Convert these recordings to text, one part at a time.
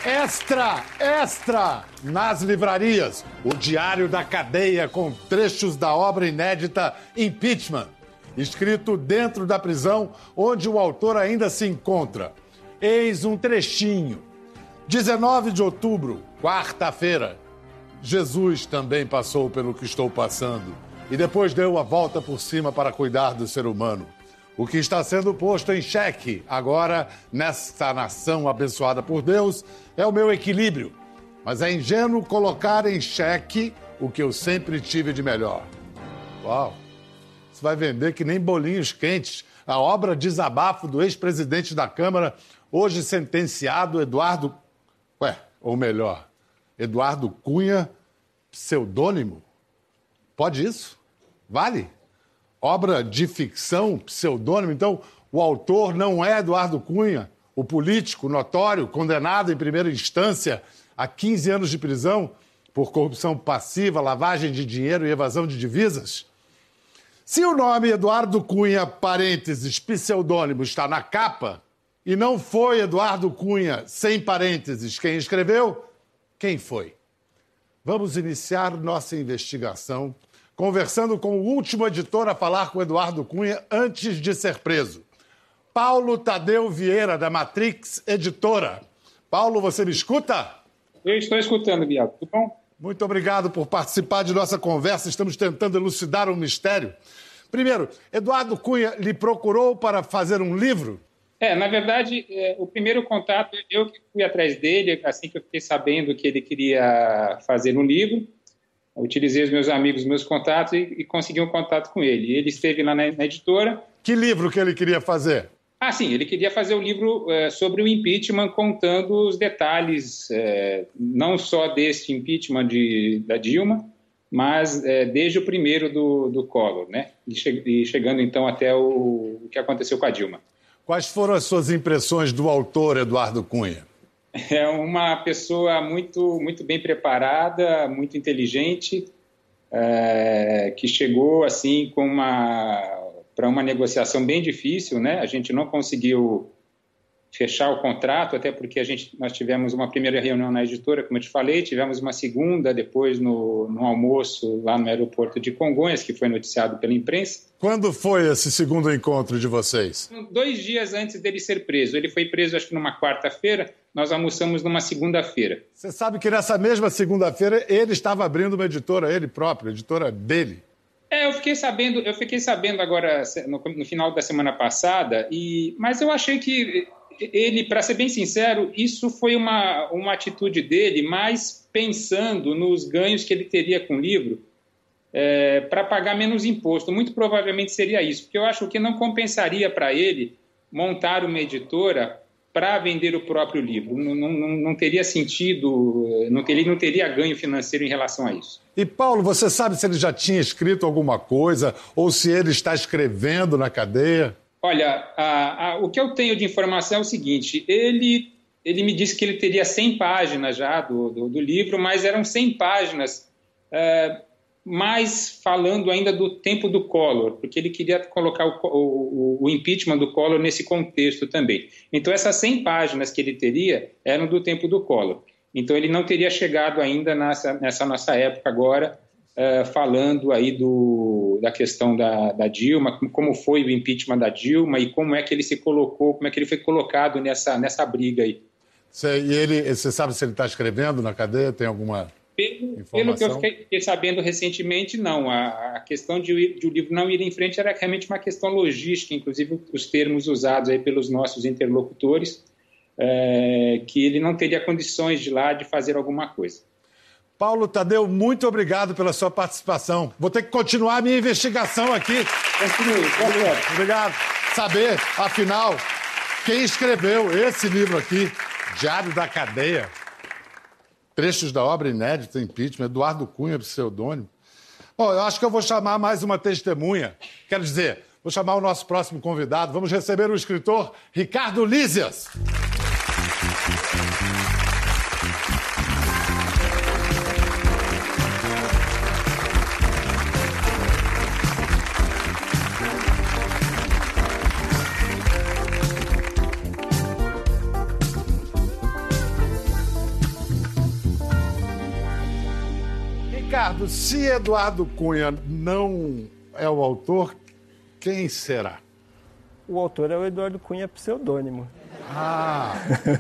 Extra, extra! Nas livrarias, o Diário da Cadeia com trechos da obra inédita Impeachment, escrito dentro da prisão onde o autor ainda se encontra. Eis um trechinho. 19 de outubro, quarta-feira. Jesus também passou pelo que estou passando e depois deu a volta por cima para cuidar do ser humano. O que está sendo posto em xeque agora, nesta nação abençoada por Deus, é o meu equilíbrio. Mas é ingênuo colocar em xeque o que eu sempre tive de melhor. Uau! Isso vai vender que nem bolinhos quentes. A obra Desabafo do ex-presidente da Câmara, hoje sentenciado Eduardo... ou melhor, Eduardo Cunha, pseudônimo. Pode isso? Vale? Obra de ficção, pseudônimo. Então, o autor não é Eduardo Cunha, o político notório, condenado em primeira instância a 15 anos de prisão por corrupção passiva, lavagem de dinheiro e evasão de divisas? Se o nome Eduardo Cunha, parênteses, pseudônimo, está na capa, e não foi Eduardo Cunha, sem parênteses, quem escreveu, quem foi? Vamos iniciar nossa investigação conversando com o último editor a falar com Eduardo Cunha antes de ser preso. Paulo Tadeu Vieira, da Matrix Editora. Paulo, você me escuta? Eu estou escutando, Biago. Tudo bom? Muito obrigado por participar de nossa conversa. Estamos tentando elucidar um mistério. Primeiro, Eduardo Cunha lhe procurou para fazer um livro? Na verdade, o primeiro contato, eu que fui atrás dele, assim que eu fiquei sabendo que ele queria fazer um livro. Eu utilizei os meus amigos, meus contatos e consegui um contato com ele. Ele esteve lá na editora. Que livro que ele queria fazer? Sim, ele queria fazer o livro sobre o impeachment, contando os detalhes, não só deste impeachment da Dilma, mas desde o primeiro do Collor, né? E chegando então até o que aconteceu com a Dilma. Quais foram as suas impressões do autor Eduardo Cunha? É uma pessoa muito, muito bem preparada, muito inteligente, que chegou assim para uma negociação bem difícil, né? A gente não conseguiu fechar o contrato, até porque nós tivemos uma primeira reunião na editora, como eu te falei, tivemos uma segunda depois no almoço lá no aeroporto de Congonhas, que foi noticiado pela imprensa. Quando foi esse segundo encontro de vocês? 2 dias antes dele ser preso. Ele foi preso, acho que numa quarta-feira, nós almoçamos numa segunda-feira. Você sabe que nessa mesma segunda-feira ele estava abrindo uma editora, ele próprio, a editora dele. Eu fiquei sabendo agora no final da semana passada, mas eu achei que ele, para ser bem sincero, isso foi uma atitude dele, mais pensando nos ganhos que ele teria com o livro, para pagar menos imposto. Muito provavelmente seria isso, porque eu acho que não compensaria para ele montar uma editora para vender o próprio livro. Não teria sentido, ele não teria ganho financeiro em relação a isso. E, Paulo, você sabe se ele já tinha escrito alguma coisa ou se ele está escrevendo na cadeia? Olha, o que eu tenho de informação é o seguinte, ele me disse que ele teria 100 páginas já do livro, mas eram 100 páginas, mais falando ainda do tempo do Collor, porque ele queria colocar o impeachment do Collor nesse contexto também. Então, essas 100 páginas que ele teria eram do tempo do Collor. Então, ele não teria chegado ainda nessa nossa época agora, falando aí da questão da Dilma, como foi o impeachment da Dilma e como é que ele se colocou, como é que ele foi colocado nessa briga aí. Você sabe se ele está escrevendo na cadeia? Tem alguma pelo que eu fiquei sabendo recentemente, não. A questão de o livro não ir em frente era realmente uma questão logística, inclusive os termos usados aí pelos nossos interlocutores, que ele não teria condições de fazer alguma coisa. Paulo Tadeu, muito obrigado pela sua participação. Vou ter que continuar a minha investigação aqui. Continue. Obrigado. Saber, afinal, quem escreveu esse livro aqui, Diário da Cadeia, trechos da obra inédita, Impeachment, Eduardo Cunha, pseudônimo. Bom, eu acho que eu vou chamar mais uma testemunha. Quero dizer, vou chamar o nosso próximo convidado. Vamos receber o escritor Ricardo Lísias. Ricardo, se Eduardo Cunha não é o autor, quem será? O autor é o Eduardo Cunha, pseudônimo. Ah,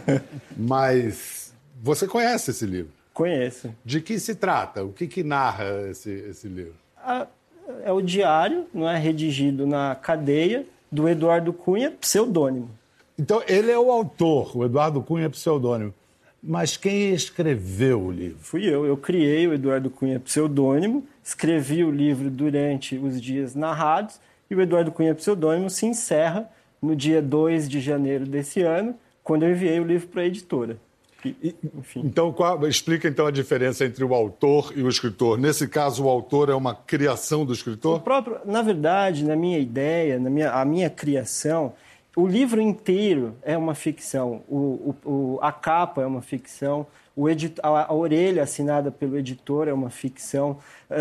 mas você conhece esse livro? Conheço. De que se trata? O que narra esse livro? É o diário, não é, redigido na cadeia, do Eduardo Cunha, pseudônimo. Então, ele é o autor, o Eduardo Cunha, pseudônimo. Mas quem escreveu o livro? Fui eu criei o Eduardo Cunha, pseudônimo, escrevi o livro durante os dias narrados, e o Eduardo Cunha, pseudônimo, se encerra no dia 2 de janeiro desse ano, quando eu enviei o livro para a editora. Enfim. Então, explica então a diferença entre o autor e o escritor. Nesse caso, o autor é uma criação do escritor? Na verdade, na minha ideia, a minha criação, o livro inteiro é uma ficção. A capa é uma ficção. A orelha assinada pelo editor é uma ficção.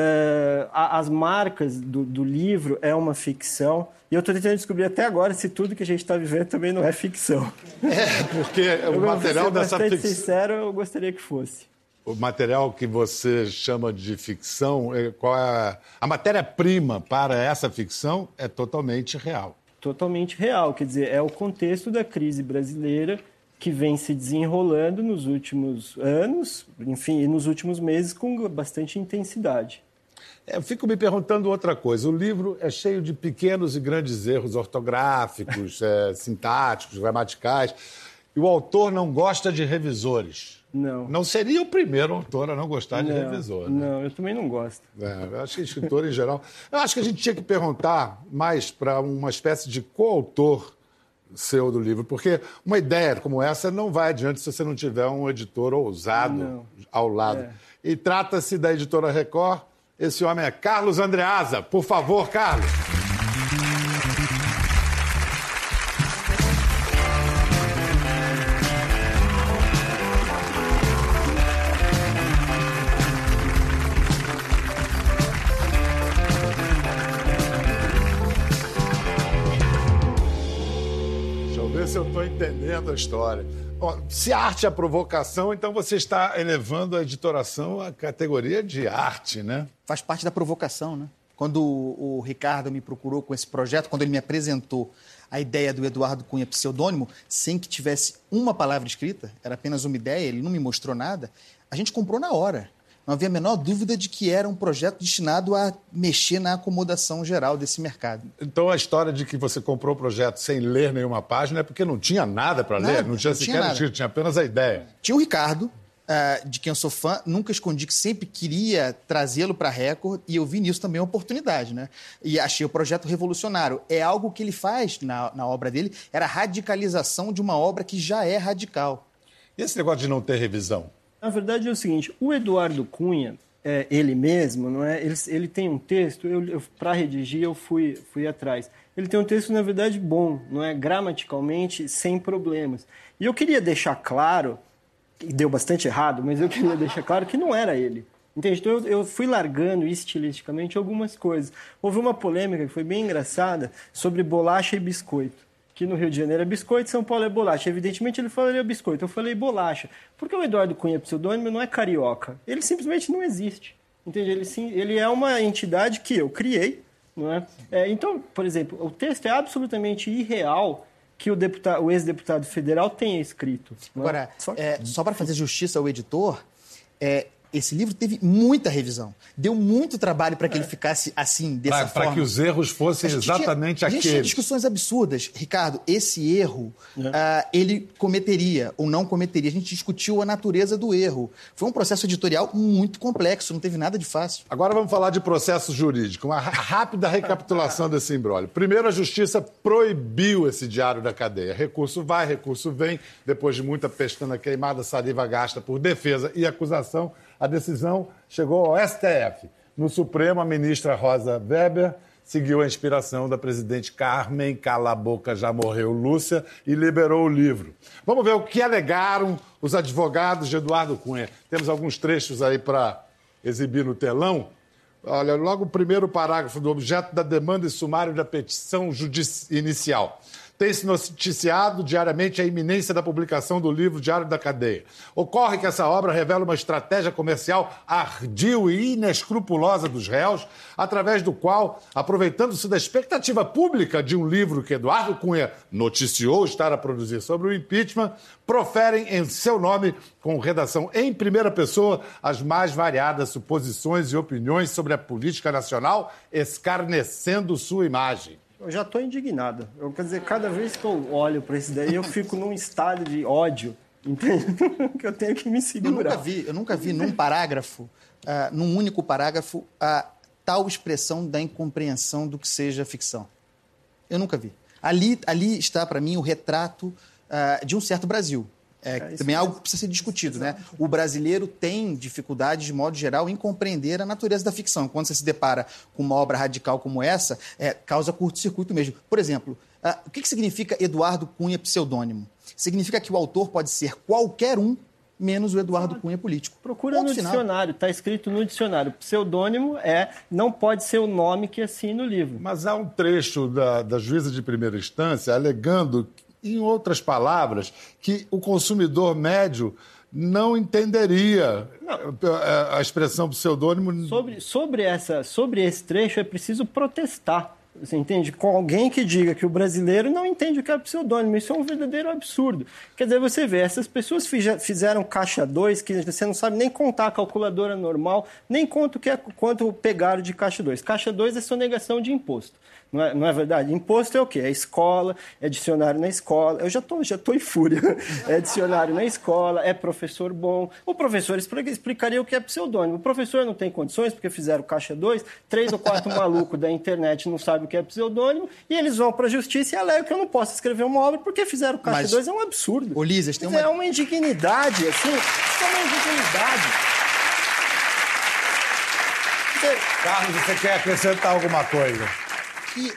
As marcas do livro é uma ficção. E eu estou tentando descobrir até agora se tudo que a gente está vivendo também não é ficção. Porque o material dessa ficção... Para ser sincero, eu gostaria que fosse. O material que você chama de ficção, a matéria-prima para essa ficção é totalmente real. Totalmente real, quer dizer, é o contexto da crise brasileira que vem se desenrolando nos últimos anos, enfim, e nos últimos meses com bastante intensidade. Eu fico me perguntando outra coisa. O livro é cheio de pequenos e grandes erros ortográficos, sintáticos, gramaticais, e o autor não gosta de revisores. Não. Não seria o primeiro autor a não gostar de revisor. Né? Não, eu também não gosto. Eu acho que escritor em geral... Eu acho que a gente tinha que perguntar mais para uma espécie de coautor seu do livro, porque uma ideia como essa não vai adiante se você não tiver um editor ousado ao lado. E trata-se da editora Record. Esse homem é Carlos Andreasa. Por favor, Carlos. Deixa eu ver se eu estou entendendo a história. Se arte é provocação, então você está elevando a editoração à categoria de arte, né? Faz parte da provocação, né? Quando o Ricardo me procurou com esse projeto, quando ele me apresentou a ideia do Eduardo Cunha pseudônimo, sem que tivesse uma palavra escrita, era apenas uma ideia, ele não me mostrou nada, a gente comprou na hora. Não havia a menor dúvida de que era um projeto destinado a mexer na acomodação geral desse mercado. Então, a história de que você comprou o projeto sem ler nenhuma página é porque não tinha nada para ler, não tinha sequer escrito, tinha apenas a ideia. Tinha o Ricardo, de quem eu sou fã, nunca escondi que sempre queria trazê-lo para a Record, e eu vi nisso também uma oportunidade, né? E achei o projeto revolucionário. É algo que ele faz na obra dele, era a radicalização de uma obra que já é radical. E esse negócio de não ter revisão? Na verdade é o seguinte, o Eduardo Cunha, ele mesmo, não é? Ele tem um texto, para redigir eu fui atrás. Ele tem um texto, na verdade, bom, não é? Gramaticalmente, sem problemas. E eu queria deixar claro, e deu bastante errado, mas eu queria deixar claro que não era ele. Entende? Então eu fui largando estilisticamente algumas coisas. Houve uma polêmica que foi bem engraçada sobre bolacha e biscoito. Que no Rio de Janeiro é biscoito, São Paulo é bolacha. Evidentemente ele falaria biscoito, eu falei bolacha. Porque o Eduardo Cunha pseudônimo não é carioca. Ele simplesmente não existe. Entende? Ele é uma entidade que eu criei. Não é? Então, por exemplo, o texto é absolutamente irreal que o ex-deputado federal tenha escrito. Agora, só para fazer justiça ao editor, esse livro teve muita revisão. Deu muito trabalho para que ele ficasse assim, dessa forma. Para que os erros fossem exatamente aqueles. A gente tinha discussões absurdas. Ricardo, esse erro, ele cometeria ou não cometeria. A gente discutiu a natureza do erro. Foi um processo editorial muito complexo, não teve nada de fácil. Agora vamos falar de processo jurídico. Uma rápida recapitulação desse imbróglio. Primeiro, a Justiça proibiu esse diário da cadeia. Recurso vai, recurso vem. Depois de muita pestana queimada, saliva gasta por defesa e acusação, a decisão chegou ao STF. No Supremo, a ministra Rosa Weber seguiu a inspiração da presidente Carmen Cala a Boca Já Morreu Lúcia e liberou o livro. Vamos ver o que alegaram os advogados de Eduardo Cunha. Temos alguns trechos aí para exibir no telão. Olha, logo o primeiro parágrafo do objeto da demanda e sumário da petição inicial. tem se noticiado diariamente a iminência da publicação do livro Diário da Cadeia. Ocorre que essa obra revela uma estratégia comercial ardil e inescrupulosa dos réus, através do qual, aproveitando-se da expectativa pública de um livro que Eduardo Cunha noticiou estar a produzir sobre o impeachment, proferem em seu nome, com redação em primeira pessoa, as mais variadas suposições e opiniões sobre a política nacional, escarnecendo sua imagem. Eu já estou indignado. Quer dizer, cada vez que eu olho para isso daí, eu fico num estado de ódio, entende? Que eu tenho que me segurar. Eu nunca vi num parágrafo, num único parágrafo, a tal expressão da incompreensão do que seja ficção. Eu nunca vi. Ali está, para mim, o retrato de um certo Brasil. Também é algo que precisa ser discutido, né? O brasileiro tem dificuldade, de modo geral, em compreender a natureza da ficção. Quando você se depara com uma obra radical como essa, causa curto-circuito mesmo. Por exemplo, o que significa Eduardo Cunha pseudônimo? Significa que o autor pode ser qualquer um, menos o Eduardo Cunha político. Procura no dicionário, está escrito no dicionário. Pseudônimo não pode ser o nome que assina o livro. Mas há um trecho da juíza de primeira instância alegando, em outras palavras, que o consumidor médio não entenderia a expressão pseudônimo. Sobre esse trecho é preciso protestar. Você entende? Com alguém que diga que o brasileiro não entende o que é pseudônimo. Isso é um verdadeiro absurdo. Quer dizer, você vê, essas pessoas fizeram caixa 2, que você não sabe nem contar a calculadora normal, nem quanto pegaram de caixa 2. Caixa 2 é sonegação de imposto. Não é verdade? Imposto é o quê? É escola, é dicionário na escola. Eu já tô em fúria. É dicionário na escola, é professor bom. O professor explicaria o que é pseudônimo. O professor não tem condições, porque fizeram caixa 2, 3 ou 4 malucos da internet não sabem o que é pseudônimo, e eles vão para a justiça e alegam que eu não posso escrever uma obra porque fizeram caixa 2. É um absurdo. Ulisses, tem uma... É uma indignidade, assim. É uma indignidade. Carlos, você quer acrescentar alguma coisa? Que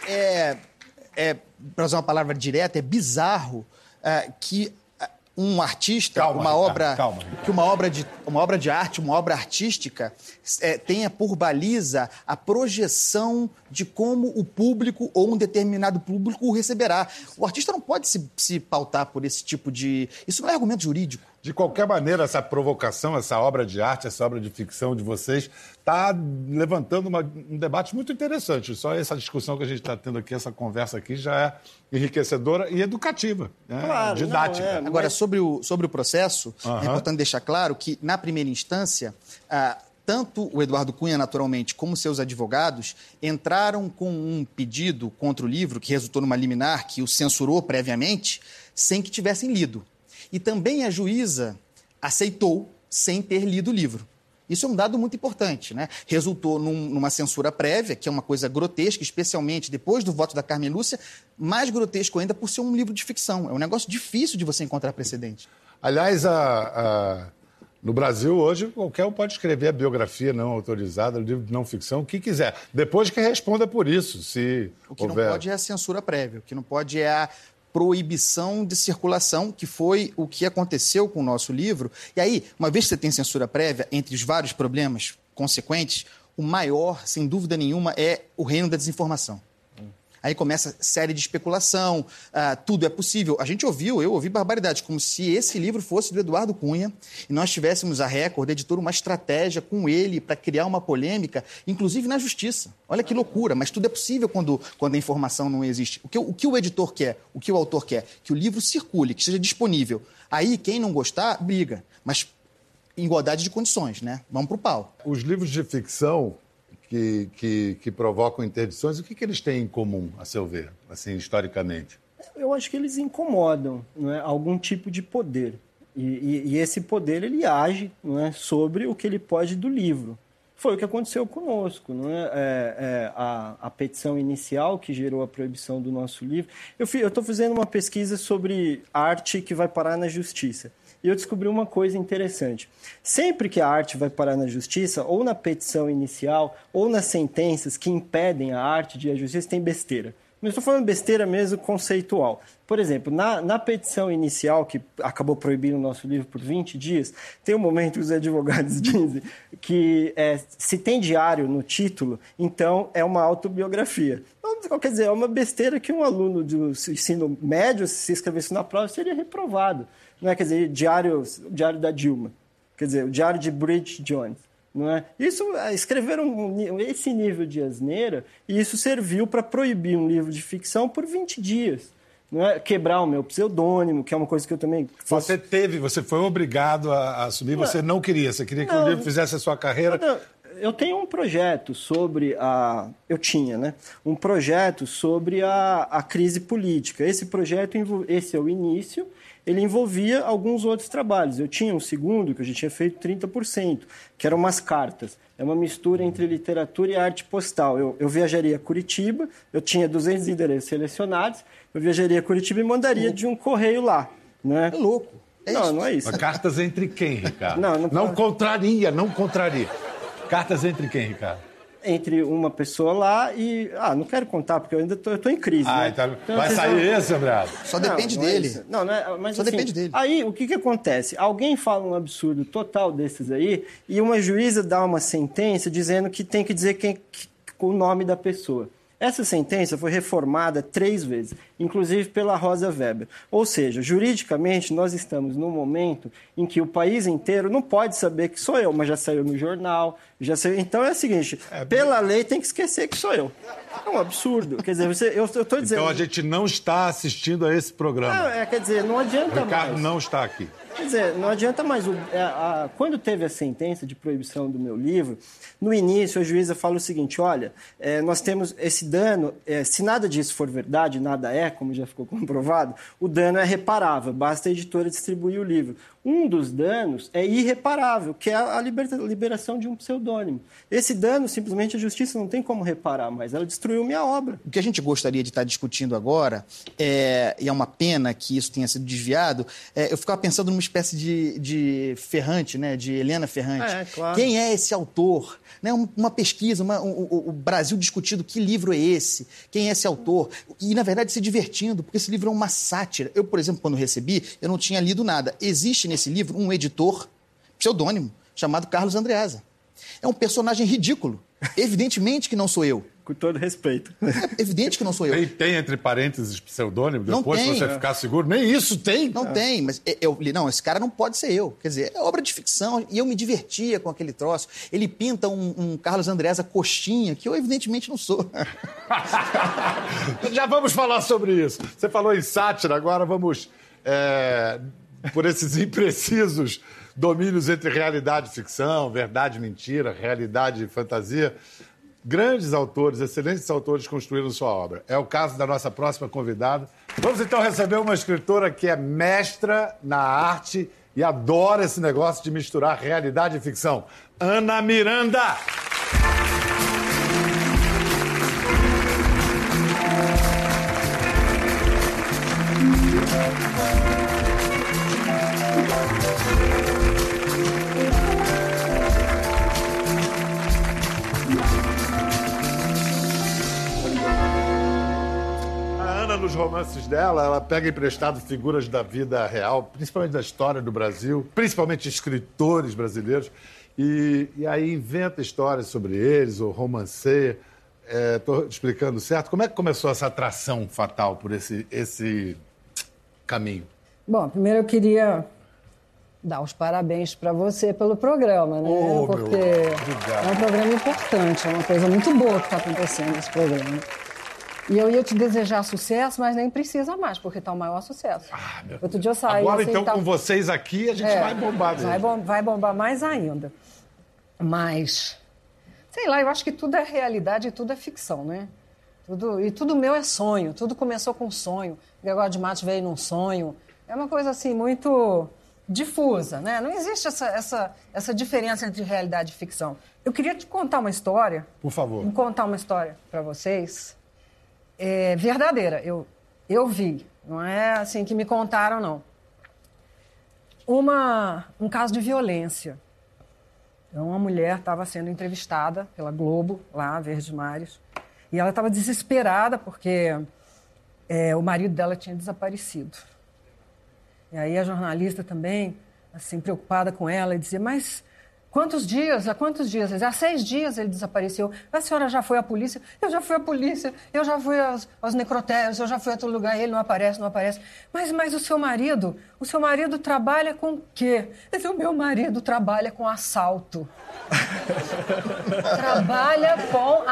para usar uma palavra direta, é bizarro que um artista, Calma. Que uma obra de arte, uma obra artística, tenha por baliza a projeção de como o público ou um determinado público o receberá. O artista não pode se pautar por esse tipo de... Isso não é argumento jurídico. De qualquer maneira, essa provocação, essa obra de arte, essa obra de ficção de vocês está levantando um debate muito interessante. Só essa discussão que a gente está tendo aqui, essa conversa aqui, já é enriquecedora e educativa, né? Claro, didática. Agora, sobre o processo, é importante deixar claro que, na primeira instância, tanto o Eduardo Cunha, naturalmente, como seus advogados, entraram com um pedido contra o livro, que resultou numa liminar que o censurou previamente, sem que tivessem lido. E também a juíza aceitou sem ter lido o livro. Isso é um dado muito importante, né? Resultou numa censura prévia, que é uma coisa grotesca, especialmente depois do voto da Carmen Lúcia, mais grotesco ainda por ser um livro de ficção. É um negócio difícil de você encontrar precedente. Aliás, no Brasil, hoje, qualquer um pode escrever a biografia não autorizada, livro de não ficção, o que quiser. Depois que responda por isso, se O que não pode é a censura prévia, o que não pode é a proibição de circulação, que foi o que aconteceu com o nosso livro. E aí, uma vez que você tem censura prévia, entre os vários problemas consequentes, o maior, sem dúvida nenhuma, é o reino da desinformação. Aí começa série de especulação, tudo é possível. Eu ouvi barbaridades, como se esse livro fosse do Eduardo Cunha e nós tivéssemos a Record, editor, uma estratégia com ele para criar uma polêmica, inclusive na justiça. Olha que loucura, mas tudo é possível quando a informação não existe. O que o editor quer, o que o autor quer? Que o livro circule, que seja disponível. Aí, quem não gostar, briga. Mas em igualdade de condições, né? Vamos pro pau. Os livros de ficção que provocam interdições, o que eles têm em comum, a seu ver, assim, historicamente? Eu acho que eles incomodam, não é, algum tipo de poder. E esse poder, ele age, não é, sobre o que ele pode do livro. Foi o que aconteceu conosco, não é? A petição inicial que gerou a proibição do nosso livro. Eu estou fazendo uma pesquisa sobre arte que vai parar na justiça. E eu descobri uma coisa interessante. Sempre que a arte vai parar na justiça, ou na petição inicial, ou nas sentenças que impedem a arte de ir à justiça, tem besteira. Mas estou falando besteira mesmo conceitual. Por exemplo, na petição inicial, que acabou proibindo o nosso livro por 20 dias, tem um momento que os advogados dizem que se tem diário no título, então é uma autobiografia. Então, quer dizer, é uma besteira que um aluno do ensino médio, se escrevesse na prova, seria reprovado. Não é, quer dizer, diário da Dilma. Quer dizer, o diário de Bridget Jones. Não é? Isso, escreveram esse nível de asneira e isso serviu para proibir um livro de ficção por 20 dias. Não é? Quebrar o meu pseudônimo, que é uma coisa que eu também faço. Você foi obrigado a assumir, você não queria, você queria que o livro fizesse a sua carreira. Eu tenho um projeto sobre um projeto sobre a crise política. Esse projeto, esse é o início, ele envolvia alguns outros trabalhos. Eu tinha um segundo, que eu já tinha feito 30%, que eram umas cartas. É uma mistura entre literatura e arte postal. Eu viajaria a Curitiba, eu tinha 200 endereços selecionados, eu viajaria a Curitiba e mandaria de um correio lá. Né? É louco. Não é isso. Mas cartas entre quem, Ricardo? Não contraria. Cartas entre quem, Ricardo? Entre uma pessoa lá e... não quero contar, porque eu ainda estou em crise. Né? Então vai sair esse, André? Só depende dele. Mas, Só depende dele. Aí, o que acontece? Alguém fala um absurdo total desses aí e uma juíza dá uma sentença dizendo que tem que dizer o nome da pessoa. Essa sentença foi reformada 3 vezes, inclusive pela Rosa Weber. Ou seja, juridicamente, nós estamos num momento em que o país inteiro não pode saber que sou eu, mas já saiu no jornal, já saiu... Então é o seguinte, pela lei tem que esquecer que sou eu. É um absurdo. Quer dizer, eu estou dizendo... Então a gente não está assistindo a esse programa. Quer dizer, não adianta mais. O Ricardo não está aqui. Quer dizer, não adianta mais. Quando teve a sentença de proibição do meu livro, no início a juíza fala o seguinte, olha, nós temos esse dano, se nada disso for verdade, nada é, como já ficou comprovado, o dano é reparável, basta a editora distribuir o livro. Um dos danos é irreparável, que é a liberação de um pseudônimo. Esse dano, simplesmente, a justiça não tem como reparar mais. Ela destruiu minha obra. O que a gente gostaria de estar discutindo agora, e é uma pena que isso tenha sido desviado, eu ficava pensando numa espécie de Ferrante, né, de Helena Ferrante. Claro. Quem é esse autor? Né, uma pesquisa, o Brasil discutindo que livro é esse, quem é esse autor. E, na verdade, se divertindo, porque esse livro é uma sátira. Eu, por exemplo, quando recebi, eu não tinha lido nada. Existe nesse livro um editor pseudônimo chamado Carlos Andreasa. É um personagem ridículo. Evidentemente que não sou eu. Com todo respeito. É evidente que não sou eu. Tem entre parênteses pseudônimo? Não depois, tem. Se você ficar seguro, nem isso tem. Não tem, mas não, esse cara não pode ser eu. Quer dizer, é obra de ficção e eu me divertia com aquele troço. Ele pinta um Carlos Andreasa coxinha, que eu evidentemente não sou. Já vamos falar sobre isso. Você falou em sátira, agora vamos... por esses imprecisos domínios entre realidade e ficção, verdade e mentira, realidade e fantasia. Grandes autores, excelentes autores construíram sua obra. É o caso da nossa próxima convidada. Vamos então receber uma escritora que é mestra na arte e adora esse negócio de misturar realidade e ficção. Ana Miranda! Nos romances dela, ela pega emprestado figuras da vida real, principalmente da história do Brasil, principalmente escritores brasileiros, e aí inventa histórias sobre eles, ou romanceia. Estou explicando certo? Como é que começou essa atração fatal por esse caminho? Bom, primeiro eu queria dar os parabéns para você pelo programa, né? Porque é um programa importante, é uma coisa muito boa que está acontecendo nesse programa. E eu ia te desejar sucesso, mas nem precisa mais, porque está o maior sucesso. Outro dia eu saí... Agora, então, com vocês aqui, a gente vai bombar. Vai bombar mais ainda. Mas, sei lá, eu acho que tudo é realidade e tudo é ficção, né? Tudo meu é sonho. Tudo começou com sonho. O Gregório de Matos veio num sonho. É uma coisa, assim, muito difusa, né? Não existe essa diferença entre realidade e ficção. Eu queria te contar uma história. Por favor. Vou contar uma história para vocês... verdadeira, eu vi, não é assim que me contaram, não. Um caso de violência. Então, uma mulher estava sendo entrevistada pela Globo, lá, Verdes Mares, E ela estava desesperada porque o marido dela tinha desaparecido. E aí a jornalista também, assim, preocupada com ela, e dizia, mas quantos dias? Há quantos dias? Há 6 dias ele desapareceu. A senhora já foi à polícia? Eu já fui à polícia, eu já fui aos necrotérios, eu já fui a todo lugar, ele não aparece. Mas o seu marido trabalha com o quê? Eu disse, o meu marido trabalha com assalto. Trabalha com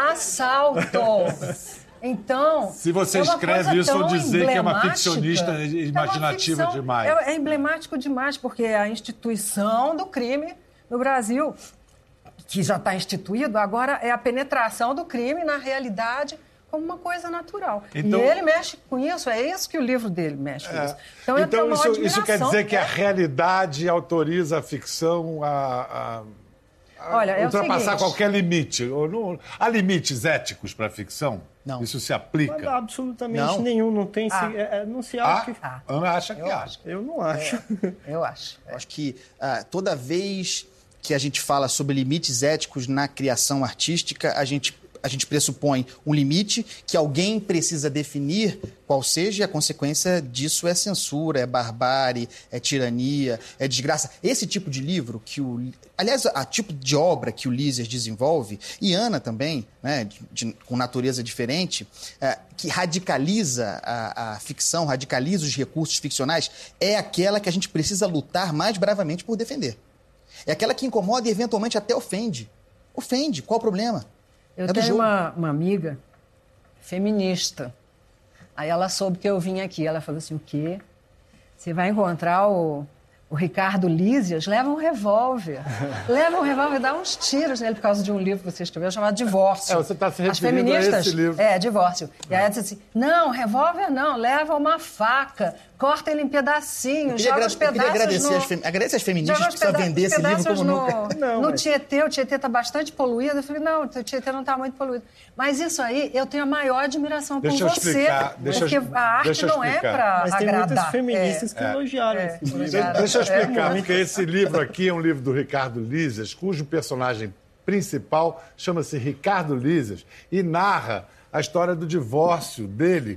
assalto. Então, se você escreve isso, vou dizer que é uma ficcionista imaginativa demais. É emblemático demais, porque a instituição do crime no Brasil, que já está instituído, agora é a penetração do crime na realidade como uma coisa natural. Então, e ele mexe com isso, é isso que o livro dele mexe com isso. Então isso quer dizer que a realidade autoriza a ficção a ultrapassar qualquer limite. Há limites éticos para a ficção? Não. Isso se aplica? Não, absolutamente nenhum. Não tem. Não se acha. Ana acha que acha. Eu não acho. Eu acho. Eu acho que toda vez que a gente fala sobre limites éticos na criação artística, a gente pressupõe um limite que alguém precisa definir qual seja, e a consequência disso é censura, é barbárie, é tirania, é desgraça. Esse tipo de livro, aliás, o tipo de obra que o Lísias desenvolve, e Ana também, né, com natureza diferente, que radicaliza a ficção, radicaliza os recursos ficcionais, é aquela que a gente precisa lutar mais bravamente por defender. É aquela que incomoda e eventualmente até ofende. Ofende, qual o problema? Eu tenho uma amiga feminista. Aí ela soube que eu vim aqui. Ela falou assim, o quê? Você vai encontrar o Ricardo Lísias? Leva um revólver. Dá uns tiros nele por causa de um livro que você escreveu chamado Divórcio. Você está se referindo a esse livro. Divórcio. E aí ela disse assim, não, revólver não, leva uma faca, corta ele em pedacinhos, joga os pedaços Agradecer as feministas que precisam vender esse livro como nunca. No Tietê, o Tietê está bastante poluído. Eu falei, não, o Tietê não está muito poluído. Mas isso aí, eu tenho a maior admiração por você. Porque a arte não é para agradar. Mas tem muitas feministas que elogiaram esse livro. Deixa eu explicar, porque esse livro aqui é um livro do Ricardo Lísias, cujo personagem principal chama-se Ricardo Lísias e narra a história do divórcio dele,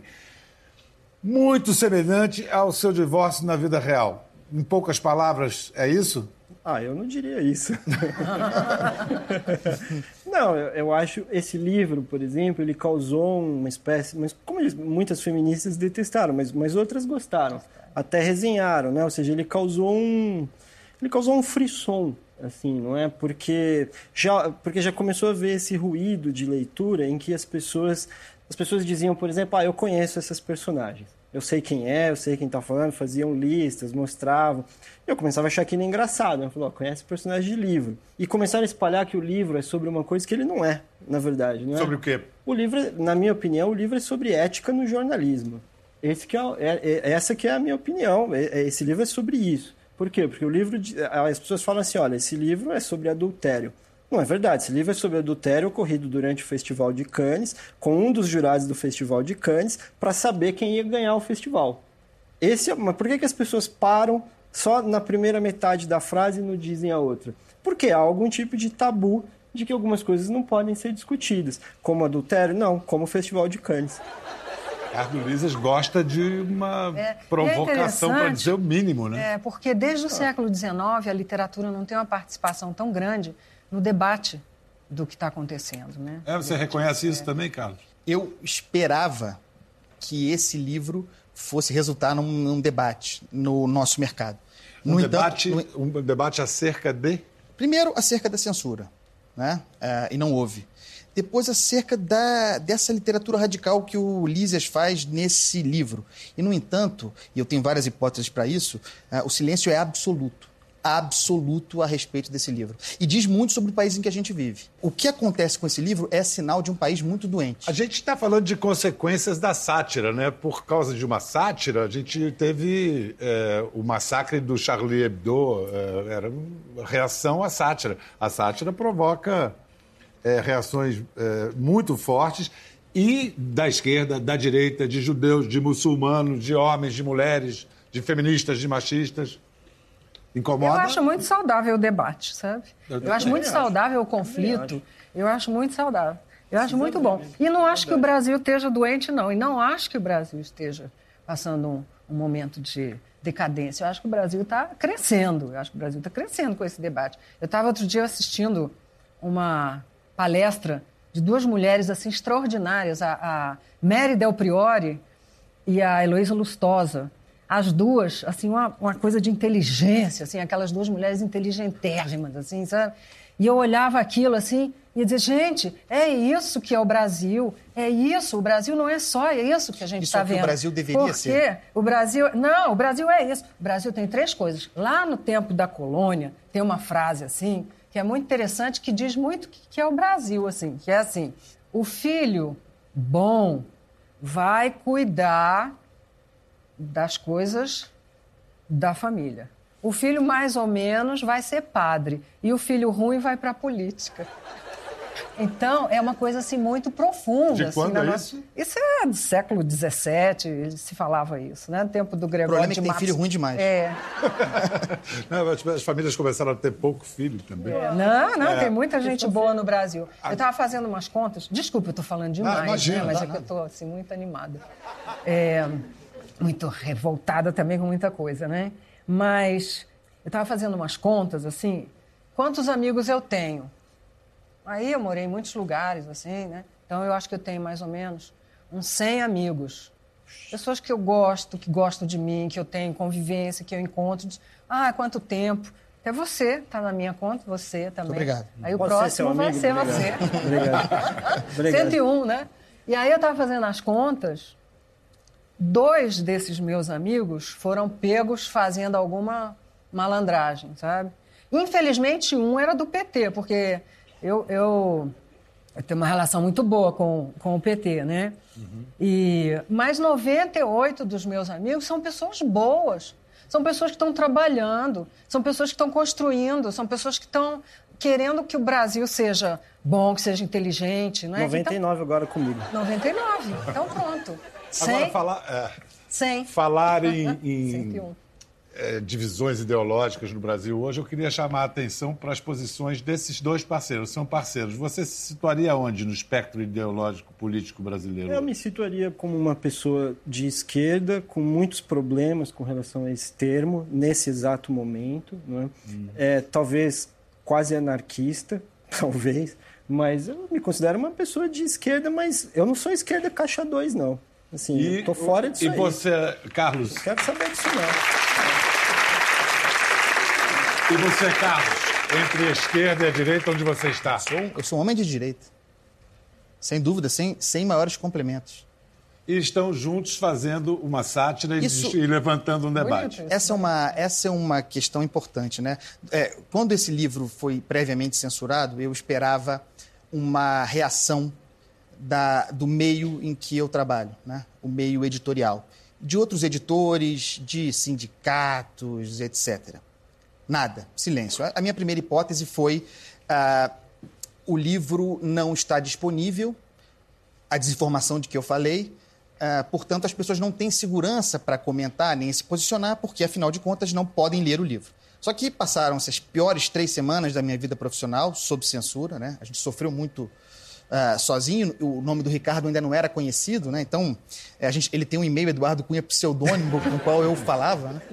muito semelhante ao seu divórcio na vida real. Em poucas palavras, é isso? Eu não diria isso. Não, eu acho esse livro, por exemplo, ele causou uma espécie... Mas como muitas feministas detestaram, mas outras gostaram. Até resenharam, né? Ou seja, ele causou um frisson, assim, não é? Porque já começou a haver esse ruído de leitura em que as pessoas diziam, por exemplo, eu conheço essas personagens. Eu sei quem eu sei quem está falando, faziam listas, mostravam. Eu começava a achar aquilo engraçado. Eu falava, conhece personagem de livro. E começaram a espalhar que o livro é sobre uma coisa que ele não é, na verdade. Não é? Sobre o quê? O livro, na minha opinião, o livro é sobre ética no jornalismo. Essa que é a minha opinião. Esse livro é sobre isso. Por quê? Porque o livro... As pessoas falam assim, olha, esse livro é sobre adultério. Não é verdade. Esse livro é sobre adultério ocorrido durante o Festival de Cannes, com um dos jurados do Festival de Cannes, para saber quem ia ganhar o festival. Mas por que as pessoas param só na primeira metade da frase e não dizem a outra? Porque há algum tipo de tabu de que algumas coisas não podem ser discutidas. Como adultério? Não. Como o Festival de Cannes. Ricardo Lísias gosta de uma provocação, para dizer o mínimo, né? Porque desde o século XIX a literatura não tem uma participação tão grande no debate do que está acontecendo, né? Você reconhece isso também, Carlos? Eu esperava que esse livro fosse resultar num debate no nosso mercado. Um debate acerca de? Primeiro, acerca da censura, né? E não houve. Depois, acerca dessa literatura radical que o Lísias faz nesse livro. E, no entanto, e eu tenho várias hipóteses para isso, o silêncio é absoluto a respeito desse livro. E diz muito sobre o país em que a gente vive. O que acontece com esse livro é sinal de um país muito doente. A gente está falando de consequências da sátira, né? Por causa de uma sátira, a gente teve o massacre do Charlie Hebdo, era uma reação à sátira. A sátira provoca reações muito fortes, e da esquerda, da direita, de judeus, de muçulmanos, de homens, de mulheres, de feministas, de machistas. Incomoda? Eu acho muito saudável o debate, sabe? Eu acho muito saudável o conflito. Eu acho muito saudável. Eu acho muito bom. E não acho que o Brasil esteja doente, não. E não acho que o Brasil esteja passando um momento de decadência. Eu acho que o Brasil está crescendo. Eu acho que o Brasil está crescendo com esse debate. Eu estava outro dia assistindo uma palestra de duas mulheres assim extraordinárias, a Mary Del Priore e a Heloísa Lustosa. As duas, assim, uma coisa de inteligência, assim, aquelas duas mulheres inteligentérrimas, assim, sabe? E eu olhava aquilo, assim, e ia dizer, gente, é isso que é o Brasil, é isso, o Brasil não é só isso que a gente está vendo. Isso é o que o Brasil deveria ser. Porque o Brasil... Não, o Brasil é isso. O Brasil tem três coisas. Lá no tempo da colônia, tem uma frase, assim, que é muito interessante, que diz muito que é o Brasil, assim, que é assim, o filho bom vai cuidar das coisas da família. O filho, mais ou menos, vai ser padre. E o filho ruim vai para a política. Então, é uma coisa assim, muito profunda. De assim, quando é isso? Isso é do século XVII, se falava isso, né? No tempo do Gregório O problema é de que tem filho ruim demais. Não, as famílias começaram a ter pouco filho também. Não, tem muita gente boa no Brasil. Eu estava fazendo umas contas. Desculpa, eu estou falando demais, imagina, né? Mas é que eu estou assim, muito animada. Muito revoltada também com muita coisa, né? Mas eu estava fazendo umas contas, assim, quantos amigos eu tenho? Aí eu morei em muitos lugares, assim, né? Então eu acho que eu tenho mais ou menos uns 100 amigos. Pessoas que eu gosto, que gostam de mim, que eu tenho convivência, que eu encontro. Quanto tempo. Até você está na minha conta, você também. Muito obrigado. Aí o Pode próximo vai ser você. Obrigado. 101, né? E aí eu estava fazendo as contas. 2 desses meus amigos foram pegos fazendo alguma malandragem, sabe? Infelizmente, um era do PT, porque eu tenho uma relação muito boa com o PT, né? Mas 98 dos meus amigos são pessoas boas, são pessoas que estão trabalhando, são pessoas que estão construindo, são pessoas que estão querendo que o Brasil seja bom, que seja inteligente, né? 99 agora comigo. 99, então pronto. 100, Agora, 100. falar em 101. Divisões ideológicas no Brasil hoje, eu queria chamar a atenção para as posições desses dois parceiros. São parceiros. Você se situaria onde no espectro ideológico político brasileiro? Eu me situaria como uma pessoa de esquerda com muitos problemas com relação a esse termo, nesse exato momento. Né? Talvez quase anarquista, talvez, mas eu me considero uma pessoa de esquerda, mas eu não sou esquerda caixa 2, não. Assim, eu estou fora disso aí. E você, Carlos? Não quero saber disso, não. E você, Carlos? Entre a esquerda e a direita, onde você está? Eu sou um homem de direita. Sem dúvida, sem maiores complementos. E estão juntos fazendo uma sátira e levantando um debate. Essa é uma questão importante, né? Quando esse livro foi previamente censurado, eu esperava uma reação do meio em que eu trabalho, né? O meio editorial. De outros editores, de sindicatos, etc. Nada, silêncio. A minha primeira hipótese foi o livro não está disponível, a desinformação de que eu falei, portanto, as pessoas não têm segurança para comentar nem se posicionar, porque, afinal de contas, não podem ler o livro. Só que passaram-se as piores 3 semanas da minha vida profissional, sob censura, né? A gente sofreu muito sozinho, o nome do Ricardo ainda não era conhecido, né? Então, ele tem um e-mail, Eduardo Cunha, pseudônimo, com o qual eu falava, né?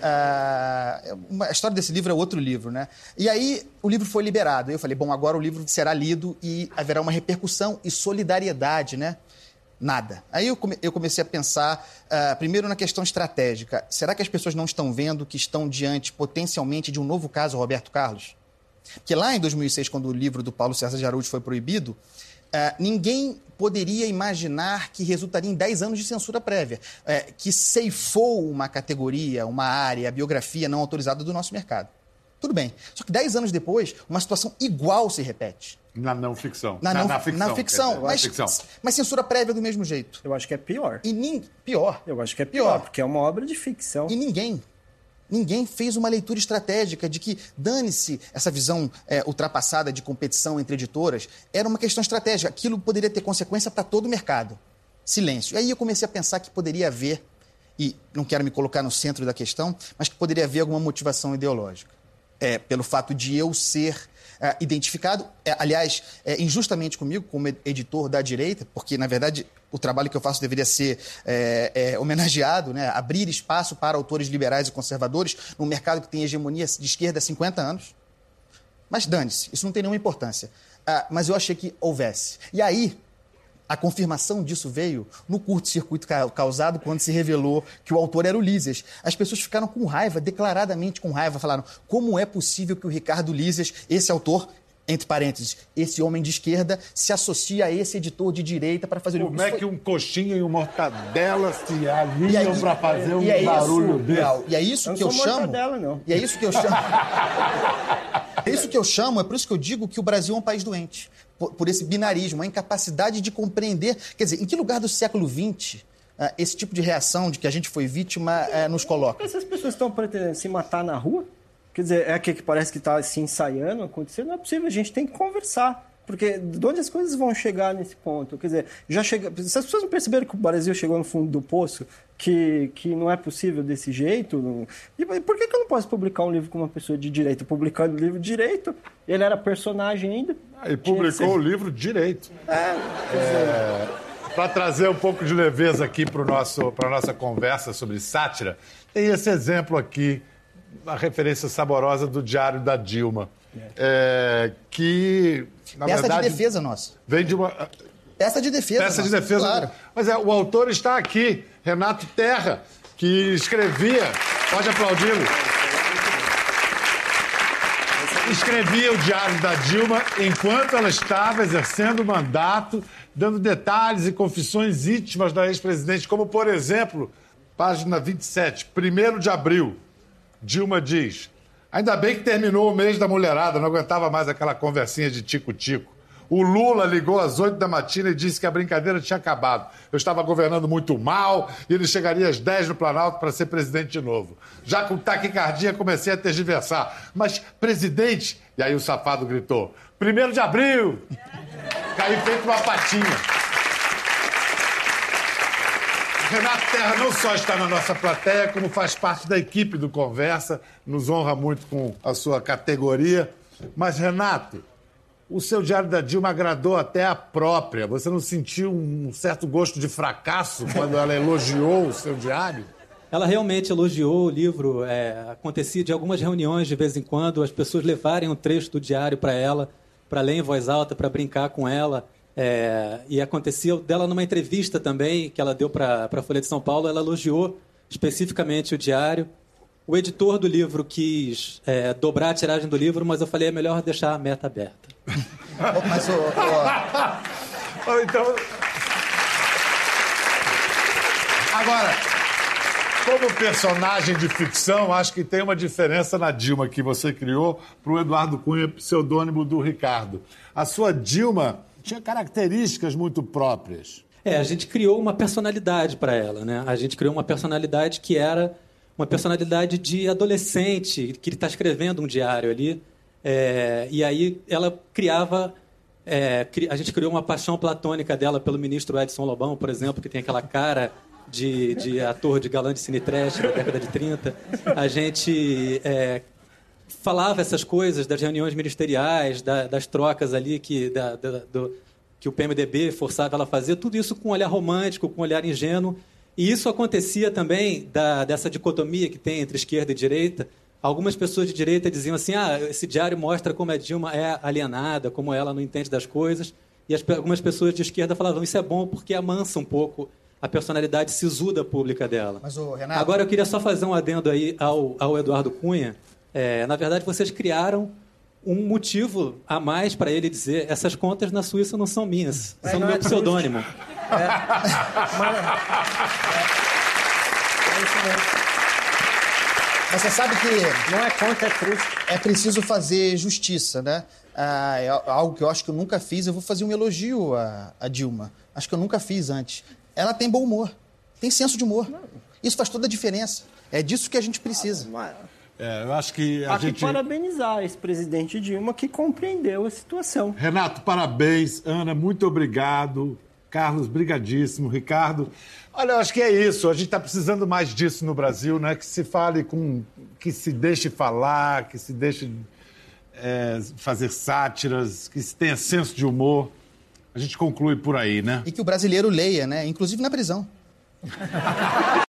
A história desse livro é outro livro, né? E aí, o livro foi liberado. Eu falei, bom, agora o livro será lido e haverá uma repercussão e solidariedade, né? Nada. Aí eu comecei a pensar, primeiro na questão estratégica. Será que as pessoas não estão vendo que estão diante, potencialmente, de um novo caso Roberto Carlos? Porque lá em 2006, quando o livro do Paulo César de Araújo foi proibido, ninguém poderia imaginar que resultaria em 10 anos de censura prévia, que ceifou uma categoria, uma área, a biografia não autorizada do nosso mercado. Tudo bem. Só que 10 anos depois, uma situação igual se repete. Na não ficção. Na ficção. Mas censura prévia do mesmo jeito. Eu acho que é pior. Pior. Eu acho que é pior, porque é uma obra de ficção. E ninguém fez uma leitura estratégica de que, dane-se essa visão ultrapassada de competição entre editoras, era uma questão estratégica. Aquilo poderia ter consequência para todo o mercado. Silêncio. E aí eu comecei a pensar que poderia haver, e não quero me colocar no centro da questão, mas que poderia haver alguma motivação ideológica. Pelo fato de eu ser identificado, aliás, injustamente comigo, como editor da direita, porque, na verdade, o trabalho que eu faço deveria ser homenageado, né? Abrir espaço para autores liberais e conservadores num mercado que tem hegemonia de esquerda há 50 anos. Mas dane-se, isso não tem nenhuma importância. Mas eu achei que houvesse. E aí, a confirmação disso veio no curto-circuito causado quando se revelou que o autor era o Lísias. As pessoas ficaram com raiva, declaradamente com raiva, falaram: como é possível que o Ricardo Lísias, esse autor, entre parênteses, esse homem de esquerda, se associa a esse editor de direita para fazer... Como é que um coxinha e um mortadela se alinham para fazer um barulho desse? E é isso que eu chamo... Mortadela, não. E é isso que eu chamo... É isso que eu chamo, é por isso que eu digo que o Brasil é um país doente. Por esse binarismo, a incapacidade de compreender... Quer dizer, em que lugar do século XX esse tipo de reação de que a gente foi vítima nos coloca? Essas pessoas estão pretendendo se matar na rua? Quer dizer, é aqui que parece que está se ensaiando, acontecendo. Não é possível, a gente tem que conversar. Porque de onde as coisas vão chegar nesse ponto? Quer dizer, já chega... Se as pessoas não perceberam que o Brasil chegou no fundo do poço, que não é possível desse jeito... Não... E por que eu não posso publicar um livro com uma pessoa de direito? Publicando o livro direito, ele era personagem ainda. E publicou o livro direito. Para trazer um pouco de leveza aqui para a nossa conversa sobre sátira, tem esse exemplo aqui, a referência saborosa do Diário da Dilma, que, na verdade... Peça de defesa nossa. Vem de uma... Peça de defesa. Peça de defesa. Claro. Mas o autor está aqui, Renato Terra, que escrevia... Pode aplaudi-lo. Escrevia o Diário da Dilma enquanto ela estava exercendo o mandato, dando detalhes e confissões íntimas da ex-presidente, como, por exemplo, página 27, 1º de abril, Dilma diz: ainda bem que terminou o mês da mulherada, não aguentava mais aquela conversinha de tico-tico. O Lula ligou às 8 da matina e disse que a brincadeira tinha acabado. Eu estava governando muito mal e ele chegaria às 10 no Planalto para ser presidente de novo. Já com taquicardia comecei a tergiversar. Mas, presidente... E aí o safado gritou: 1º de abril! Caiu feito uma patinha. Renato Terra não só está na nossa plateia, como faz parte da equipe do Conversa. Nos honra muito com a sua categoria. Mas, Renato... O seu Diário da Dilma agradou até a própria. Você não sentiu um certo gosto de fracasso quando ela elogiou o seu diário? Ela realmente elogiou o livro. Acontecia de algumas reuniões, de vez em quando, as pessoas levarem um trecho do diário para ela, para ler em voz alta, para brincar com ela. E acontecia dela numa entrevista também, que ela deu para a Folha de São Paulo, ela elogiou especificamente o diário. O editor do livro quis dobrar a tiragem do livro, mas eu falei, é melhor deixar a meta aberta. Mas, Então... Agora, como personagem de ficção, acho que tem uma diferença na Dilma que você criou para o Eduardo Cunha, pseudônimo do Ricardo. A sua Dilma tinha características muito próprias. A gente criou uma personalidade para ela, né? A gente criou uma personalidade que era uma personalidade de adolescente, que está escrevendo um diário ali. E aí ela criava... a gente criou uma paixão platônica dela pelo ministro Edson Lobão, por exemplo, que tem aquela cara de ator de galã de cine trash da década de 30. A gente falava essas coisas das reuniões ministeriais, das trocas ali que o PMDB forçava ela a fazer, tudo isso com um olhar romântico, com um olhar ingênuo. E isso acontecia também dessa dicotomia que tem entre esquerda e direita. Algumas pessoas de direita diziam assim, esse diário mostra como a Dilma é alienada, como ela não entende das coisas. E algumas pessoas de esquerda falavam, isso é bom porque amansa um pouco a personalidade sisuda pública dela. Mas, Renato... Agora, eu queria só fazer um adendo aí ao Eduardo Cunha. Na verdade, vocês criaram um motivo a mais para ele dizer essas contas na Suíça não são minhas, são do meu pseudônimo. Mas você sabe que... Não é conta, é triste. É preciso fazer justiça, né? É algo que eu acho que eu nunca fiz. Eu vou fazer um elogio à Dilma. Acho que eu nunca fiz antes. Ela tem bom humor, tem senso de humor. Isso faz toda a diferença. É disso que a gente precisa. Eu acho que a gente... parabenizar esse presidente Dilma que compreendeu a situação. Renato, parabéns. Ana, muito obrigado. Carlos, brigadíssimo. Ricardo, olha, eu acho que é isso. A gente está precisando mais disso no Brasil, né? Que se fale que se deixe falar, que se deixe fazer sátiras, que tenha senso de humor. A gente conclui por aí, né? E que o brasileiro leia, né? Inclusive na prisão.